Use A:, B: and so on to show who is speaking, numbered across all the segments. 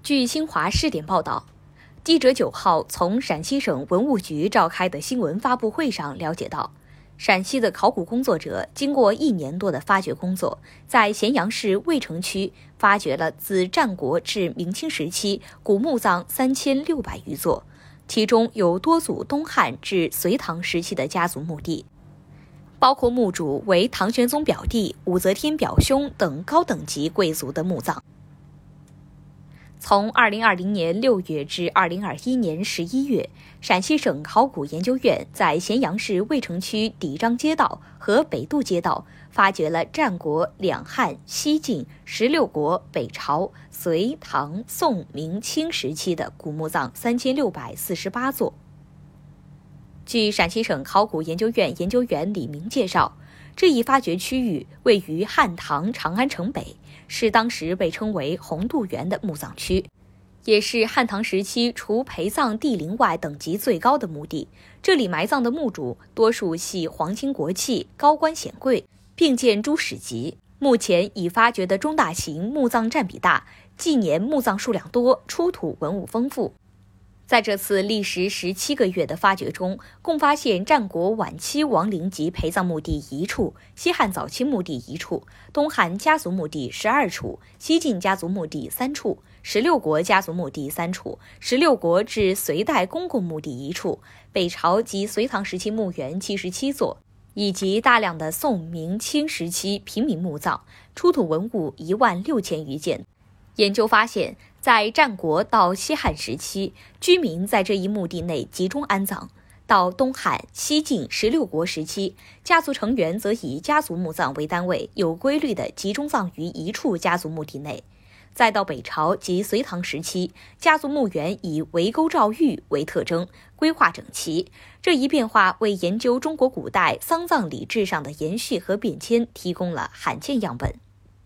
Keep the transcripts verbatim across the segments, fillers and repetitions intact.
A: 据新华视点报道，记者九号从陕西省文物局召开的新闻发布会上了解到，陕西的考古工作者经过一年多的发掘工作，在咸阳市渭城区发掘了自战国至明清时期古墓葬三千六百余座，其中有多组东汉至隋唐时期的家族墓地，包括墓主为唐玄宗表弟、武则天表兄等高等级贵族的墓葬。从二零二零年六月至二零二一年十一月，陕西省考古研究院在咸阳市渭城区底张街道和北渡街道发掘了战国、两汉、西晋、十六国、北朝、隋、唐、宋、明清时期的古墓葬三千六百四十八座。据陕西省考古研究院研究员李明介绍，这一发掘区域位于汉唐长安城北，是当时被称为洪度园的墓葬区，也是汉唐时期除陪葬帝陵外等级最高的墓地。这里埋葬的墓主多数系皇亲国戚、高官显贵，并建诸史籍。目前已发掘的中大型墓葬占比大，纪年墓葬数量多，出土文物丰富。在这次历时十七个月的发掘中，共发现战国晚期亡灵级陪葬墓地一处，西汉早期墓地一处，东汉家族墓地十二处，西晋家族墓地三处，十六国家族墓地三处，十六国至隋代公共墓地一处，北朝及隋唐时期墓园七十七座，以及大量的宋、明、清时期平民墓葬，出土文物一万六千余件。研究发现，在战国到西汉时期，居民在这一墓地内集中安葬；到东汉、西晋、十六国时期，家族成员则以家族墓葬为单位，有规律地集中葬于一处家族墓地内；再到北朝及隋唐时期，家族墓园以围沟罩玉为特征，规划整齐。这一变化为研究中国古代丧葬礼制上的延续和变迁提供了罕见样本。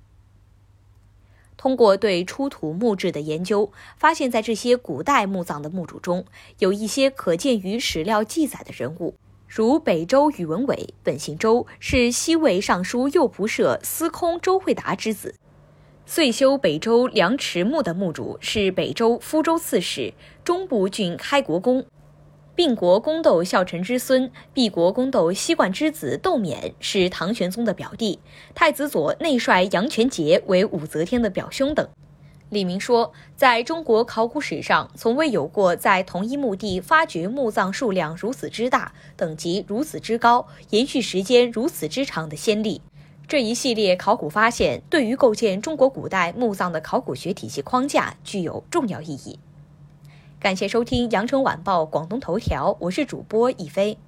A: 通过对出土墓志的研究，发现在这些古代墓葬的墓主中，有一些可见于史料记载的人物，如北周宇文伟，本姓周，是西魏尚书右仆射司空周惠达之子。遂修北周梁池墓的墓主是北周夫州刺史、中部郡开国公。并国公窦孝成之孙，毕国公窦西冠之子窦冕是唐玄宗的表弟，太子左内帅杨全节为武则天的表兄等。李明说，在中国考古史上，从未有过在同一墓地发掘墓葬数量如此之大、等级如此之高、延续时间如此之长的先例。这一系列考古发现对于构建中国古代墓葬的考古学体系框架具有重要意义。感谢收听羊城晚报广东头条，我是主播一飞。